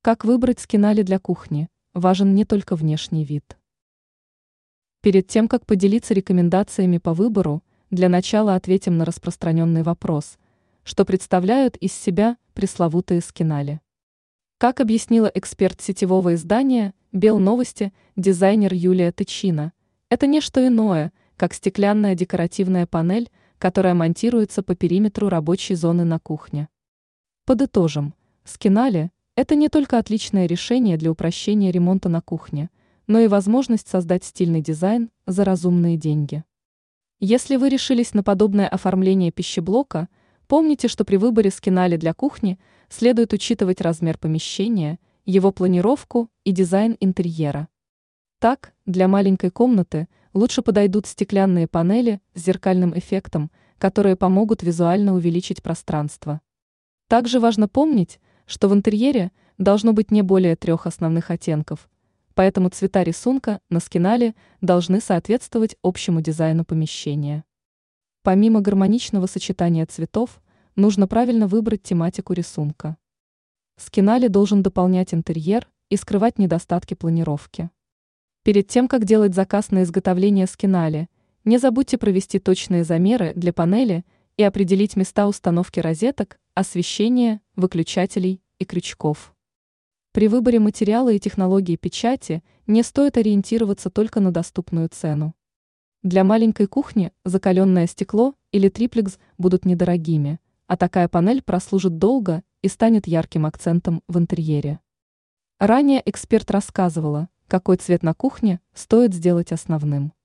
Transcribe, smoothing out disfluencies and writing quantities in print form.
Как выбрать скинали для кухни? Важен не только внешний вид. Перед тем, как поделиться рекомендациями по выбору, для начала ответим на распространенный вопрос, что представляют из себя пресловутые скинали. Как объяснила эксперт сетевого издания «Белновости» дизайнер Юлия Тычина, это не что иное, как стеклянная декоративная панель, которая монтируется по периметру рабочей зоны на кухне. Подытожим, скинали – это не только отличное решение для упрощения ремонта на кухне, но и возможность создать стильный дизайн за разумные деньги. Если вы решились на подобное оформление пищеблока, помните, что при выборе скинали для кухни следует учитывать размер помещения, его планировку и дизайн интерьера. Так, для маленькой комнаты лучше подойдут стеклянные панели с зеркальным эффектом, которые помогут визуально увеличить пространство. Также важно помнить, что в интерьере должно быть не более 3 основных оттенков, поэтому цвета рисунка на скинале должны соответствовать общему дизайну помещения. Помимо гармоничного сочетания цветов, нужно правильно выбрать тематику рисунка. Скинали должен дополнять интерьер и скрывать недостатки планировки. Перед тем, как делать заказ на изготовление скинали, не забудьте провести точные замеры для панели и определить места установки розеток, освещения, выключателей и крючков. При выборе материала и технологии печати не стоит ориентироваться только на доступную цену. Для маленькой кухни закаленное стекло или триплекс будут недорогими, а такая панель прослужит долго и станет ярким акцентом в интерьере. Ранее эксперт рассказывала, какой цвет на кухне стоит сделать основным.